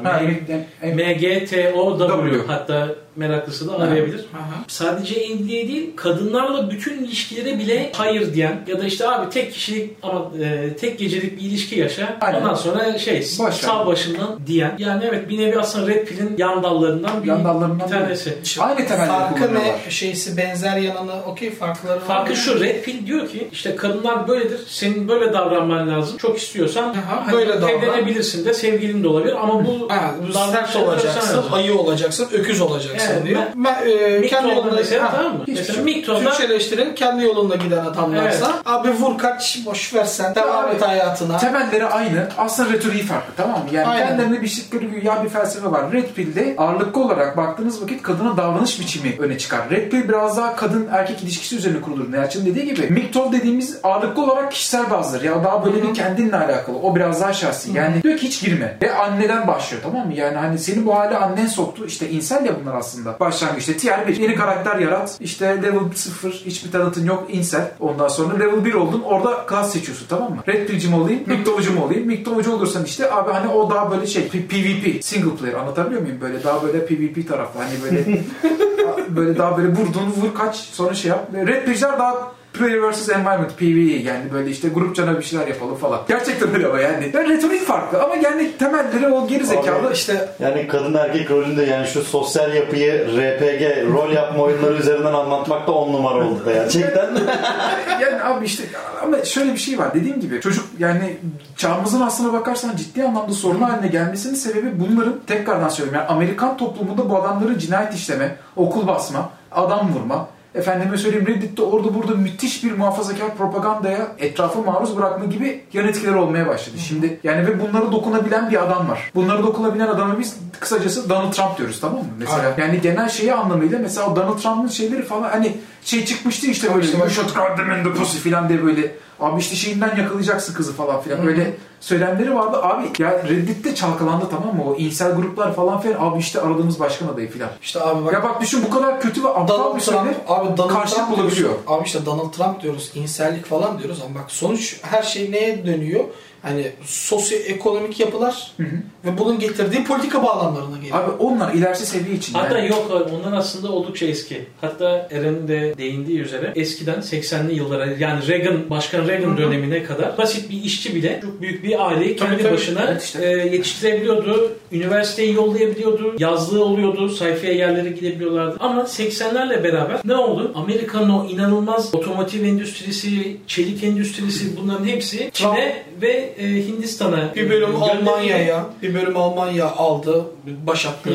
MGTOW hatta meraklısı da arayabilir. Sadece evliliğe değil, kadınlarla bütün ilişkilere bile hayır diyen ya da işte abi tek kişilik ama tek gecelik bir ilişki yaşa. Aynen. Ondan sonra sağ başından diyen. Yani evet bir nevi aslında Red Pill'in yan dallarından bir tanesi. Aynı temelde farkı ne? Benzer yanını farkları var. Farkı şu, Red Pill diyor ki işte kadınlar böyledir. Senin böyle davranman lazım. Çok istiyorsan böyle evlenebilirsin de sevgilin de olabilir ama bu sert olacaksın, ayı olacaksın, öküz olacaksın diyor. Kendi yolunda tamam mı? Mesela MGTOW'da Türkçeleştirin kendi yolunda giden adamlarsa abi vur kaç boş versen devam et hayatına. Temelleri aynı. Aslında retoriği farklı tamam mı? Yani kendilerine bir bir felsefe var. Red Pill'de ağırlıklı olarak baktığınız vakit kadına davranış biçimi öne çıkar. Red Pill biraz daha kadın erkek ilişkisi üzerine kurulur. Nelçin dediği gibi. MGTOW dediğimiz ağırlıklı olarak kişisel bazıdır. Ya daha böyle bir kendinle alakalı. O biraz daha şahsi. Yani diyor ki hiç girme. Ve anneden başlıyor tamam mı? Yani hani seni bu hale annen soktu. İşte insel ya bunlar aslında. Başlangıçta tier 1. Yeni karakter yarat. İşte level 0. Hiçbir tanıtın yok. Insel. Ondan sonra level 1 oldun. Orada class seçiyorsun tamam mı? Red Pill'ci mi olayım? MGTOW'cu mu olayım? MGTOW'cu olursan işte abi hani o daha böyle PvP. Single player. Anlatabiliyor muyum? Böyle daha böyle PvP tarafı. Hani böyle böyle daha böyle vur kaç sonra yap. Red Pill'ciler daha Player vs. Environment, PvE yani böyle işte grup cana bir şeyler yapalım falan. Gerçekten öyle ama yani. Retorik farklı ama yani temelleri o geri zekalı işte. Yani kadın erkek rolünde yani şu sosyal yapıyı RPG, rol yapma oyunları üzerinden anlatmak da 10 numara oldu da gerçekten. Yani abi işte ama şöyle bir şey var dediğim gibi çocuk yani çağımızın aslına bakarsan ciddi anlamda sorun haline gelmesinin sebebi bunların tekrardan söylüyorum yani Amerikan toplumunda bu adamların cinayet işleme, okul basma, adam vurma, efendime söyleyeyim Reddit'te orada burada müthiş bir muhafazakar propagandaya etrafı maruz bırakma gibi yan etkileri olmaya başladı. Şimdi yani ve bunlara dokunabilen bir adam var. Bunlara dokunabilen adama biz kısacası Donald Trump diyoruz tamam mı? Mesela yani genel şeyi anlamıyla mesela o Donald Trump'ın şeyleri falan hani çıkmıştı işte böyle you should guard them in the pussy filan diye böyle abi işte şeyinden yakalayacaksın kızı falan filan böyle söylemleri vardı. Abi ya Reddit'te çalkalandı tamam mı? O insel gruplar falan filan abi işte aradığımız başkan adayı filan. İşte abi bak. Ya bak düşün bu kadar kötü ve aptal bir şeyler karşılık bulabiliyor. Abi işte Donald Trump diyoruz, insellik falan diyoruz ama bak sonuç her şey neye dönüyor? Hani sosyoekonomik yapılar ve bunun getirdiği politika bağlamlarına geliyor. Abi onlar ilerisi seviye için. Hatta yani. Yok onlar aslında oldukça eski. Hatta Eren'in de değindiği üzere eskiden 80'li yıllara yani Başkan Reagan dönemine kadar basit bir işçi bile çok büyük bir aileyi kendi başına yetiştirebiliyordu. Üniversiteyi yollayabiliyordu. Yazlığı oluyordu. Sayfaya yerlere gidebiliyorlardı. Ama 80'lerle beraber ne oldu? Amerika'nın o inanılmaz otomotiv endüstrisi, çelik endüstrisi bunların hepsi Çin'e ve Hindistan'a bir bölüm Almanya aldı baş attığını.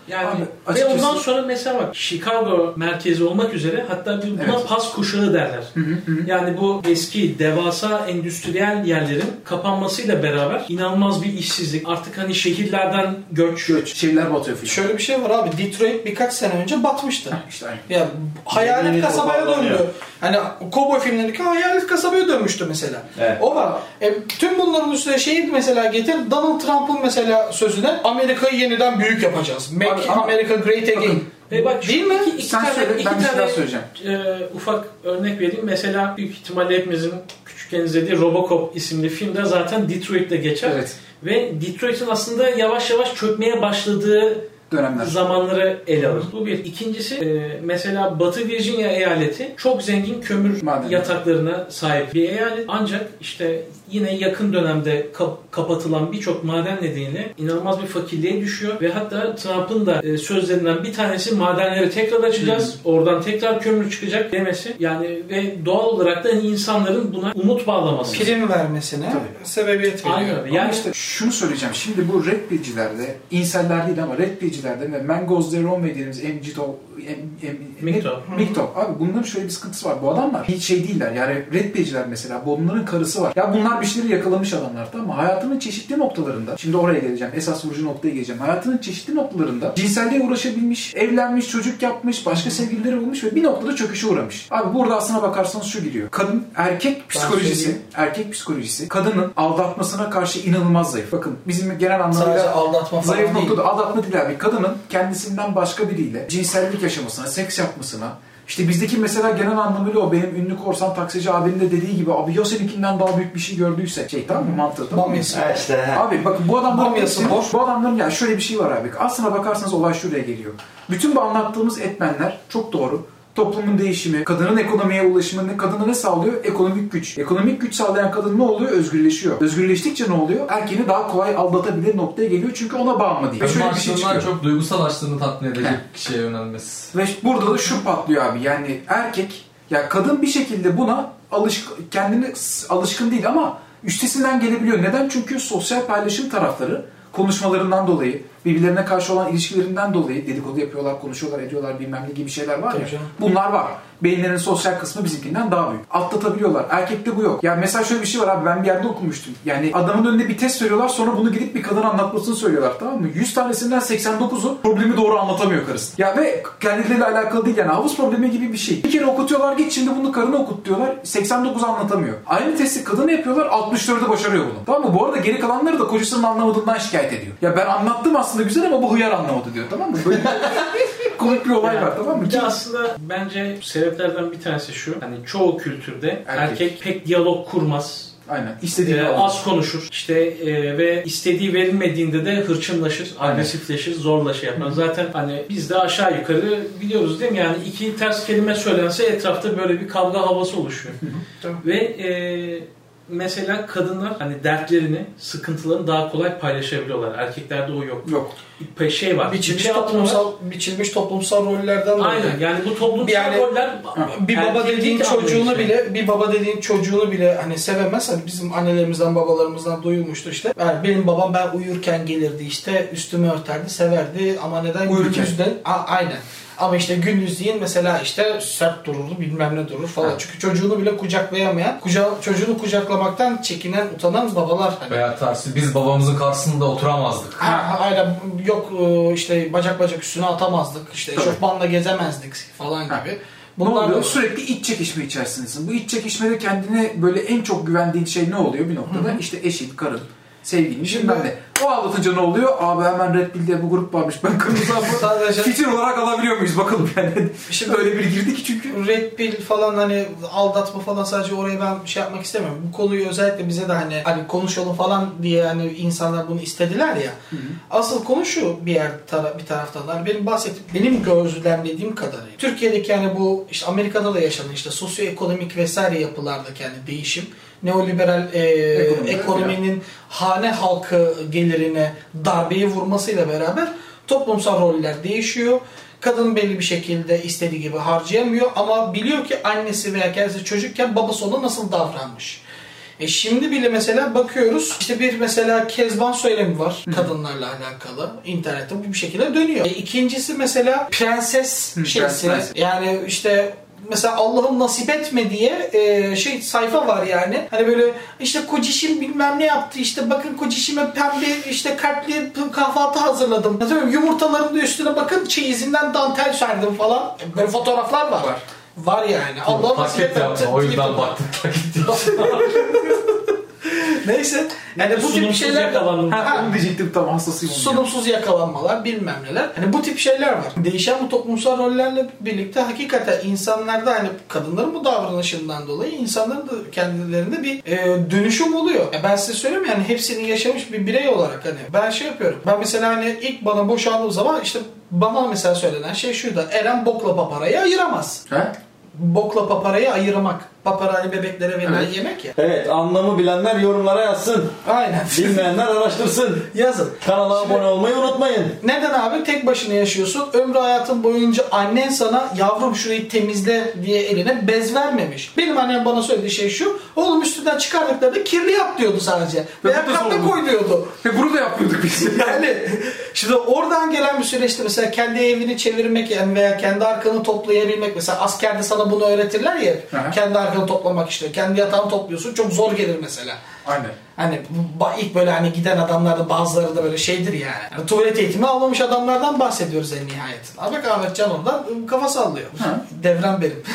Yani Abi, ve açıkçası- ondan sonra mesela bak Chicago merkezi olmak üzere hatta buna Evet. pas kuşağı derler. Yani bu eski devasa endüstriyel yerlerin kapanmasıyla beraber inanılmaz bir işsizlik. Artık hani şehirlerden göç. Şehirler batıyor filan. Şöyle bir şey var abi. Detroit birkaç sene önce batmıştı. İşte aynı. Ya hayalet Yeni kasabaya toparlanıyor. döndü. Hani kovboy filmlerindeki hayalet kasabaya dönmüştü mesela. Evet. O var. Tüm bunların üstüne şeyi mesela getir. Donald Trump'ın mesela sözüne Amerika'yı yeniden büyük yapacağız. Make Abi, ama- America Great Again. Bakın, Bak Değil mi? İki Sen tane, söyle, iki ben bir şey tane, daha söyleyeceğim. Ufak örnek vereyim. Mesela büyük ihtimalle hepimizin küçükken izlediği Robocop isimli filmde zaten Detroit'te geçer. Evet. Ve Detroit'in aslında yavaş yavaş çökmeye başladığı Dönemler. zamanları ele alır. Bu bir. İkincisi mesela Batı Virginia eyaleti çok zengin kömür Maden. yataklarına sahip bir eyalet. Ancak işte yine yakın dönemde kapatılan birçok maden nedeniyle inanılmaz bir fakirliğe düşüyor ve hatta Trump'ın da sözlerinden bir tanesi madenleri tekrar açacağız. Oradan tekrar kömür çıkacak demesi. Yani ve doğal olarak da hani insanların buna umut bağlaması. Prim vermesine Tabii. sebebiyet veriyor. Aynen öyle. Yani Yani işte şunu söyleyeceğim. Şimdi bu Red Pill'cilerde, inseller değil ama Red Pill'cilerde ve Man Goes Their Own Way dediğimiz Miktop. Abi bunların şöyle bir sıkıntısı var. Bu adamlar hiç şey değiller. Yani Red Pill'ciler mesela bunların karısı var. Ya bunlar bir şeyleri yakalamış adamlar tamam mı? Hayatının çeşitli noktalarında, şimdi oraya geleceğim. Esas vurucu noktaya geleceğim. Hayatının çeşitli noktalarında cinselliğe uğraşabilmiş, evlenmiş, çocuk yapmış, başka sevgilileri bulmuş ve bir noktada çöküşe uğramış. Abi burada aslına bakarsanız şu giriyor. Kadın, erkek psikolojisi kadının aldatmasına karşı inanılmaz zayıf. Bakın bizim genel Sadece anlamıyla aldatma falan zayıf değil. noktada aldatma değil abi. Kadının kendisinden başka biriyle cinsellik yaşamasına, seks yapmasına, işte bizdeki mesela genel anlamıyla o benim ünlü korsan taksici abinin de dediği gibi abi ya seninkinden daha büyük bir şey gördüyse tamam mı mantığı tamam mı? Bamyası. Ha işte. ha. Abi bakın bu adamların Bamyası hepsinin- boş. bu adamların ya şöyle bir şey var abi. Aslına bakarsanız olay şuraya geliyor. Bütün bu anlattığımız etmenler çok doğru. Toplumun değişimi, kadının ekonomiye ulaşımını kadına ne sağlıyor? Ekonomik güç. Ekonomik güç sağlayan kadın ne oluyor? Özgürleşiyor. Özgürleştikçe ne oluyor? Erkeğini daha kolay aldatabilir noktaya geliyor çünkü ona bağımlı değil. Ve Kadın şöyle bir şey açlığından çıkıyor. çok duygusal açlığını tatmin edecek Heh. kişiye yönelmesi. Ve burada da şu patlıyor abi. Yani erkek, ya kadın bir şekilde buna kendini alışkın değil ama üstesinden gelebiliyor. Neden? Çünkü sosyal paylaşım tarafları konuşmalarından dolayı, birbirlerine karşı olan ilişkilerinden dolayı dedikodu yapıyorlar, konuşuyorlar, ediyorlar bilmem ne gibi şeyler var ya. Tabii canım. Bunlar var. Beyinlerin sosyal kısmı bizimkinden daha büyük. Atlatabiliyorlar. Erkekte bu yok. Yani mesela şöyle bir şey var abi ben bir yerde okumuştum. Yani adamın önüne bir test veriyorlar sonra bunu gidip bir kadına anlatmasını söylüyorlar tamam mı? 100 tanesinden 89'u problemi doğru anlatamıyor karısı. Ya ve kendileriyle alakalı değil yani havuz problemi gibi bir şey. Bir kere okutuyorlar git şimdi bunu karına okut diyorlar. 89 anlatamıyor. Aynı testi kadına yapıyorlar 64'ü başarıyor bunu. Tamam mı? Bu arada geri kalanları da kocasının anlamadığından şikayet ediyor. Ya ben anlattım aslında güzel ama bu hıyar anlamadı diyor tamam mı? Böyle komik bir olay var tamam mı? Bir de aslında bence sebeplerden bir tanesi şu. Hani çoğu kültürde Erkek. erkek pek diyalog kurmaz. Aynen. İstediğini alır. Az konuşur. İşte ve istediği verilmediğinde de hırçınlaşır, Aynen. agresifleşir, zorla şey yapar. Zaten hani biz de aşağı yukarı biliyoruz değil mi? Yani iki ters kelime söylense etrafta böyle bir kavga havası oluşuyor. Ve mesela kadınlar hani dertlerini, sıkıntılarını daha kolay paylaşabiliyorlar. Erkeklerde o yok. Yok. Bir şey var. Biçilmiş toplumsal rollerden dolayı. Aynen. Yani bu toplumsal Yani roller bir baba dediğin çocuğunu bile hani sevemez. Hani bizim annelerimizden babalarımızdan duyulmuştu işte. Yani benim babam ben uyurken gelirdi işte üstümü örterdi, severdi ama neden Uyurken. gündüzden aynen. Ama işte gündüzleyin mesela işte sert dururdu bilmem ne durur falan. Evet. Çünkü çocuğunu bile kucaklayamayan, çocuğunu kucaklamaktan çekinen, utanan babalar. Hani. Veya tersi biz babamızın karşısında oturamazdık. Aynen yok işte bacak üstüne atamazdık. İşte Tabii. eşofmanla gezemezdik falan gibi. Ne Bunlar oluyor? da Sürekli iç çekişme içerisindesin. Bu iç çekişmede kendine böyle en çok güvendiğin şey ne oluyor bir noktada? İşte eşin, karın, sevgilin, Şimdi- bilmem ne. O aldatınca ne oluyor? Abi hemen Red Pill diye bu grup varmış. Ben kırmızı hapı Sadece- fikir olarak alabiliyor muyuz? Bakalım yani. Şimdi Öyle bir girdi ki çünkü. Red Pill falan hani aldatma falan sadece oraya ben şey yapmak istemiyorum. Bu konuyu özellikle bize de hani konuşalım falan diye hani insanlar bunu istediler ya. Asıl konu şu bir taraftan da benim benim gözlemlediğim kadarıyla Türkiye'deki yani bu işte Amerika'da da yaşanan işte sosyoekonomik vesaire yapılardaki yani değişim neoliberal ekonominin hane halkı gelirine darbeyi vurmasıyla beraber toplumsal roller değişiyor. Kadın belli bir şekilde istediği gibi harcayamıyor ama biliyor ki annesi veya kendisi çocukken babası ona nasıl davranmış. Şimdi bile mesela bakıyoruz işte bir mesela kezban söylemi var kadınlarla alakalı. İnternette bu bir şekilde dönüyor. İkincisi mesela prenses şeysi. Yani işte mesela Allah'ın nasip etme diye sayfa var yani. Hani böyle işte kocişim bilmem ne yaptı, işte bakın kocişime pembe işte kalpli kahvaltı hazırladım. Yumurtaların da üstüne bakın çeyizinden dantel serdim falan. Böyle fotoğraflar var. Var yani. Allah'ın nasip etme. O yüzden baktım taklit yaptım. Neyse. Yani bu tip şeyler onu diyecektim, tam hassasıyım. Sunumsuz yakalanmalar, bilmem neler. Hani bu tip şeyler var. Değişen bu toplumsal rollerle birlikte hakikaten insanlarda hani kadınların bu davranışından dolayı insanların da kendilerinde bir dönüşüm oluyor. Ben size söyleyeyim yani hepsini yaşamış bir birey olarak hani ben şey yapıyorum. Ben mesela hani ilk bana boşaldığım zaman işte bana mesela söylenen şey şuydu. Eren bokla paparayı ayıramaz. He? Bokla paparayı ayırmak. Papara hani bebeklere verilen yemek ya. Evet, anlamı bilenler yorumlara yazsın. Aynen. Bilmeyenler araştırsın. Yazın. Kanala abone olmayı unutmayın. Neden abi? Tek başına yaşıyorsun. Ömrü hayatın boyunca annen sana yavrum şurayı temizle diye eline bez vermemiş. Benim annem bana söylediği şey şu. Oğlum üstünden çıkardıklarında kirli yap diyordu sadece. Veya kahve koy diyordu. Ve bunu da yapıyorduk biz. Yani şimdi oradan gelen bir süreçte mesela kendi evini çevirmek yani veya kendi arkanı toplayabilmek. Mesela askerde sana bunu öğretirler ya. Aha. Kendi arkanı toplamak işte. Kendi yatağını topluyorsun. Çok zor gelir mesela. Aynen. Hani ilk böyle hani giden adamlarda bazıları da böyle şeydir yani. Tuvalet eğitimi almamış adamlardan bahsediyoruz en nihayetinde. Ama bak Ahmetcan oradan kafa sallıyor. Devran benim.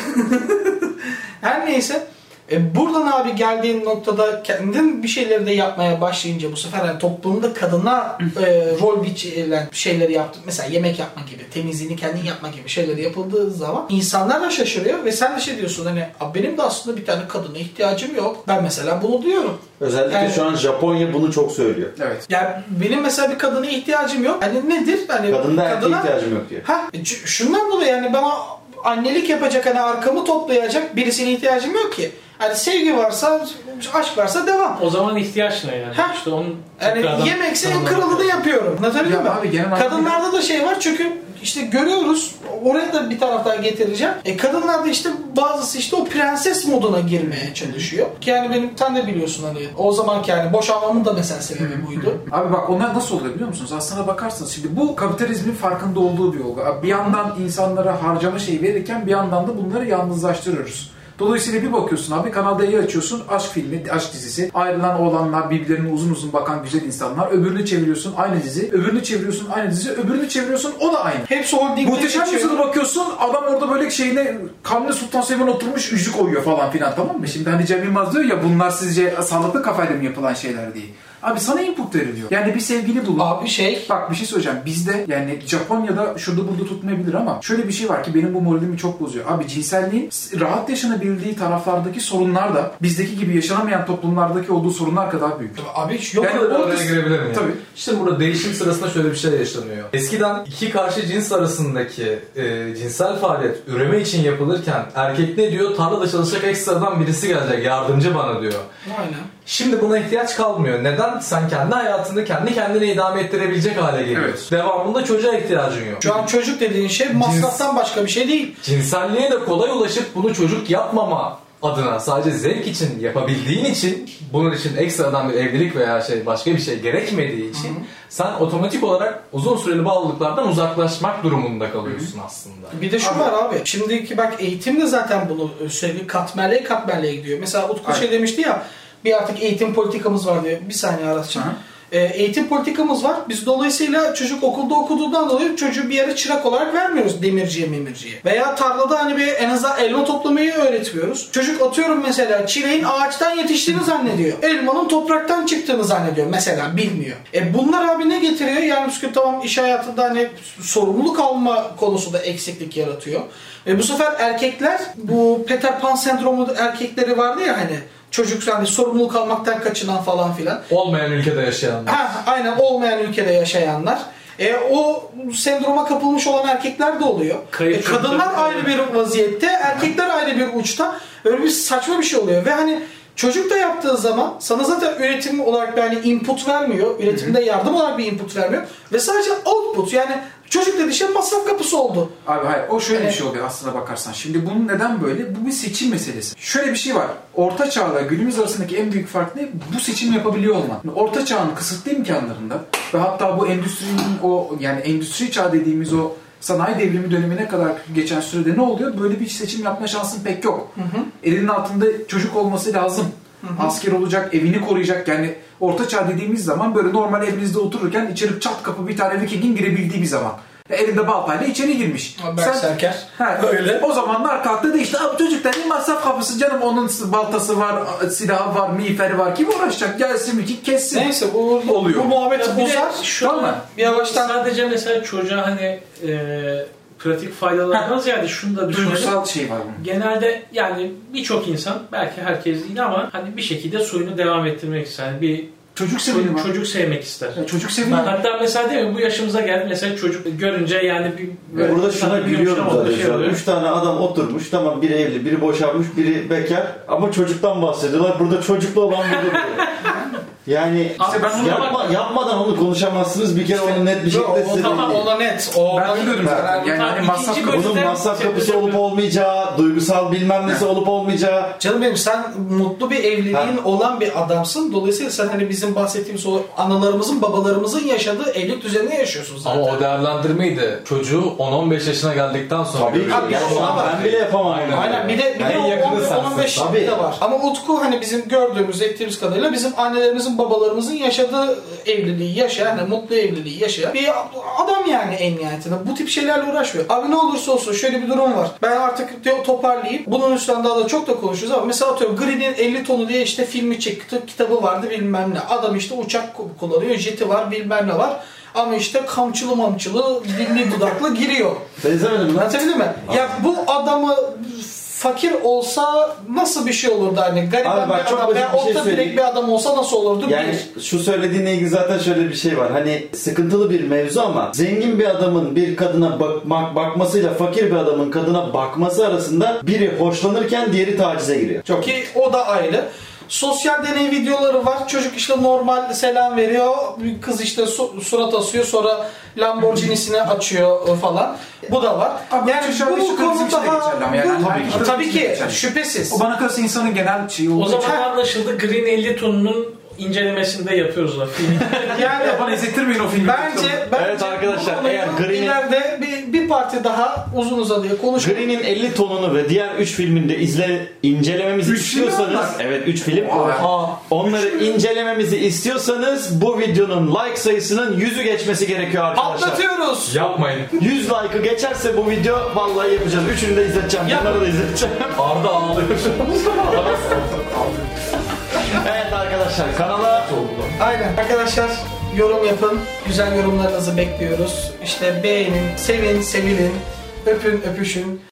Her neyse. Buradan abi geldiğin noktada kendin bir şeyleri de yapmaya başlayınca bu sefer yani toplumda kadına rol biçilen şeyleri yaptın. Mesela yemek yapma gibi, temizliğini kendin yapma gibi şeyleri yapıldığı zaman insanlar da şaşırıyor ve sen de şey diyorsun hani benim de aslında bir tane kadına ihtiyacım yok. Ben mesela bunu diyorum. Özellikle yani, şu an Japonya bunu çok söylüyor. Evet. Yani benim mesela bir kadına ihtiyacım yok. Hani nedir? Hani kadında erkeğe ihtiyacım yok diyor. Şundan dolayı yani bana annelik yapacak hani arkamı toplayacak birisine ihtiyacım yok ki. Hani sevgi varsa, aşk varsa devam. O zaman ihtiyaç ne yani? İşte onun yani yemekse en kralını yapıyorum. Anlatabildim mi? Kadınlarda da şey var çünkü işte görüyoruz. Oraya da bir taraftan getireceğim. Kadınlarda işte bazısı işte o prenses moduna girmeye çalışıyor. Ki yani benim sen de biliyorsun hani o zamanki yani boşanmamın da mesela sebebi buydu. Abi bak onlar nasıl oluyor biliyor musunuz? Aslına bakarsanız şimdi bu kapitalizmin farkında olduğu bir olgu. Bir yandan insanlara harcama şeyi verirken bir yandan da bunları yalnızlaştırıyoruz. Dolayısıyla bir bakıyorsun abi Kanal D'yi açıyorsun, aşk filmi, aşk dizisi, ayrılan oğlanlar, birbirlerine uzun uzun bakan güzel insanlar, öbürünü çeviriyorsun aynı dizi, öbürünü çeviriyorsun aynı dizi, öbürünü çeviriyorsun o da aynı. Hepsi holding. Muhteşem Yüzyıl'a bakıyorsun adam orada böyle şeyine Kanuni Sultan Süleyman oturmuş yüzük koyuyor falan filan, tamam mı? Şimdi hani Cem Yılmaz diyor ya bunlar sizce sağlıklı kafayla mı yapılan şeyler diye. Abi sana input veriliyor. Yani bir sevgili bulun. Abi Bak bir şey söyleyeceğim. Bizde yani Japonya'da şurada burada tutmayabilir ama şöyle bir şey var ki benim bu moralimi çok bozuyor. Abi cinselliğin rahat yaşanabildiği taraflardaki sorunlar da bizdeki gibi yaşanamayan toplumlardaki olduğu sorunlar kadar büyük. Abi yok. Ben de oraya girebilir miyim? Tabii. İşte burada değişim sırasında şöyle bir şey yaşanıyor. Eskiden iki karşı cins arasındaki cinsel faaliyet üreme için yapılırken erkek ne diyor? Tarlada çalışacak ekstradan birisi gelecek yardımcı bana diyor. Aynen. Şimdi buna ihtiyaç kalmıyor. Neden? Sen kendi hayatını kendi kendine idame ettirebilecek hale geliyorsun. Evet. Devamında çocuğa ihtiyacın yok. Şu an çocuk dediğin şey masraftan başka bir şey değil. Cinselliğe de kolay ulaşıp bunu çocuk yapmama adına sadece zevk için yapabildiğin için bunun için ekstradan bir evlilik veya başka bir şey gerekmediği için sen otomatik olarak uzun süreli bağlılıklardan uzaklaşmak durumunda kalıyorsun aslında. Bir de şu var abi. Şimdiki bak eğitim de zaten bunu sürekli katmerleye gidiyor. Mesela Utku demişti ya bir artık eğitim politikamız var diyor. Bir saniye Aras'cığım. Eğitim politikamız var. Biz dolayısıyla çocuk okulda okuduğundan dolayı çocuğu bir yere çırak olarak vermiyoruz demirciye. Veya tarlada hani en azından elma toplamayı öğretmiyoruz. Çocuk atıyorum mesela çileğin ağaçtan yetiştiğini zannediyor. Elmanın topraktan çıktığını zannediyor mesela bilmiyor. Bunlar abi ne getiriyor? Yani tamam iş hayatında hani sorumluluk alma konusu da eksiklik yaratıyor. Bu sefer erkekler bu Peter Pan sendromu erkekleri vardı ya hani çocuk hani sorumluluk almaktan kaçınan falan filan. Olmayan ülkede yaşayanlar. Aynen olmayan ülkede yaşayanlar. O sendroma kapılmış olan erkekler de oluyor. Kadınlar ayrı bir vaziyette, erkekler ayrı bir uçta. Öyle bir saçma bir şey oluyor. Ve hani çocuk da yaptığı zaman sana zaten üretim olarak yani input vermiyor. Üretimde yardım olarak bir input vermiyor. Ve sadece output yani Çocuk dediği şey masraf kapısı oldu. Abi hayır, o şöyle Evet. bir şey oluyor aslına bakarsan. Şimdi bunun neden böyle? Bu bir seçim meselesi. Şöyle bir şey var. Orta çağla günümüz arasındaki en büyük fark ne? Bu seçim yapabiliyor olman. Orta çağın kısıtlı imkanlarında ve hatta bu endüstrinin yani endüstri çağı dediğimiz o sanayi devrimi dönemine kadar geçen sürede ne oluyor? Böyle bir seçim yapma şansın pek yok. Elinin altında çocuk olması lazım. Asker olacak, evini koruyacak. Yani Orta Çağ dediğimiz zaman böyle normal evinizde otururken içeri çat kapı bir tane Viking'in girebildiği bir zaman. Elinde baltayla içeri girmiş. Berserker. Öyle. O zamanlar kalktı da işte abi çocuklar masraf kapısı canım, onun baltası var, silahı var, miğferi var. Kim uğraşacak? Gelsin Viking kessin. Neyse bu oluyor. Bu muhabbeti Bir de uzar. şu an Bir yavaştan sadece mesela çocuğa hani pratik faydalarından ziyade şunu da düşünelim. Duygusal şey var bunun. Genelde yani birçok insan, belki herkes değil ama hani bir şekilde soyunu devam ettirmek ister. Yani bir Çocuk sevimi var. çocuk sevmek ister. Çocuk sevimi. Hatta mesela değil mi, bu yaşımıza geldi mesela çocuk görünce yani bir Burada şuna gülüyorum zaten şu an. oluyor. 3 tane adam oturmuş, tamam, biri evli, biri boşanmış, biri bekar ama çocuktan bahsediyorlar. Burada çocuklu olan burada duruyor. Yani İşte ben yapmadan onu konuşamazsınız, bir kere onu net bir şekilde size tamam, söyleyeyim. ona net. Ben biliyorum zaten. Yani hani masraf İkinci kapısı. Bunun masraf kapısı olup olmayacağı, duygusal bilmem nesi olup olmayacağı. Canım benim, sen mutlu bir evliliğin olan bir adamsın. Dolayısıyla sen hani bizim bahsettiğimiz o analarımızın, babalarımızın yaşadığı evlilik düzenini yaşıyorsun zaten. Ama o değerlendirmeydi. Çocuğu 10-15 yaşına geldikten sonra Tabii görüyor. Abi, ya, ona bak. ben bile yapamam. Aynen. Aynen, bir de Yani yakını sensin. 15 Tabii. de var. Ama Utku hani bizim gördüğümüz, ettiğimiz kadarıyla bizim annelerimizin, babalarımızın yaşadığı evliliği yaşayan, hani mutlu evliliği yaşayan bir adam yani en nihayetinde. Bu tip şeylerle uğraşmıyor. Abi ne olursa olsun şöyle bir durum var. Ben artık toparlayayım. Bunun üstünden daha da çok da konuşuruz ama mesela atıyorum Green'in 50 tonu diye işte filmi çıktı, kitabı vardı bilmem ne. Adam işte uçak kullanıyor, jeti var bilmem ne var. Ama işte kamçılı mamçılı, dilli dudaklı giriyor. Benzemedim lan. Anlatabildim mi? Ya bu adamı fakir olsa nasıl bir şey olurdu hani? Gariban Abi bak, bir çok adam basit veya bir şey orta söyleyeyim. direkt bir adam olsa nasıl olurdu? Yani şu söylediğinle ilgili zaten şöyle bir şey var. Hani sıkıntılı bir mevzu ama zengin bir adamın bir kadına bakmasıyla fakir bir adamın kadına bakması arasında biri hoşlanırken diğeri tacize giriyor. Çok Ki o da ayrı. Sosyal deney videoları var. Çocuk işte normal selam veriyor. Kız işte surat asıyor. Sonra Lamborghini'sini açıyor falan. Bu da var. Abi Yani bu konu daha... Tabii ki şüphesiz. O bana kalırsa insanın genel şeyi O olduğu için. zaman anlaşıldı. Green 50 tonunun incelemesinde yapıyoruz lafı. Yani Bana izlettirmeyin o filmi. bence Evet arkadaşlar, bu konuyu eğer Green'in- ileride bir parti daha uzun uzadıya konuşalım. Green'in 50 tonunu ve diğer 3 filminde incelememizi Üç film istiyorsanız, onlar. evet 3 film. Aa. Onları incelememizi istiyorsanız bu videonun like sayısının 100'ü geçmesi gerekiyor arkadaşlar. Atlatıyoruz. Yapmayın. 100 like'ı geçerse bu video vallahi yapacağız. Üçünü de izleteceğim. Yap. Bunları da izleteceğim. Arda ağlıyor. Evet arkadaşlar, kanala Aynen. Arkadaşlar yorum yapın. Güzel yorumlarınızı bekliyoruz. İşte beğenin, sevin, sevilin. Öpün, öpüşün.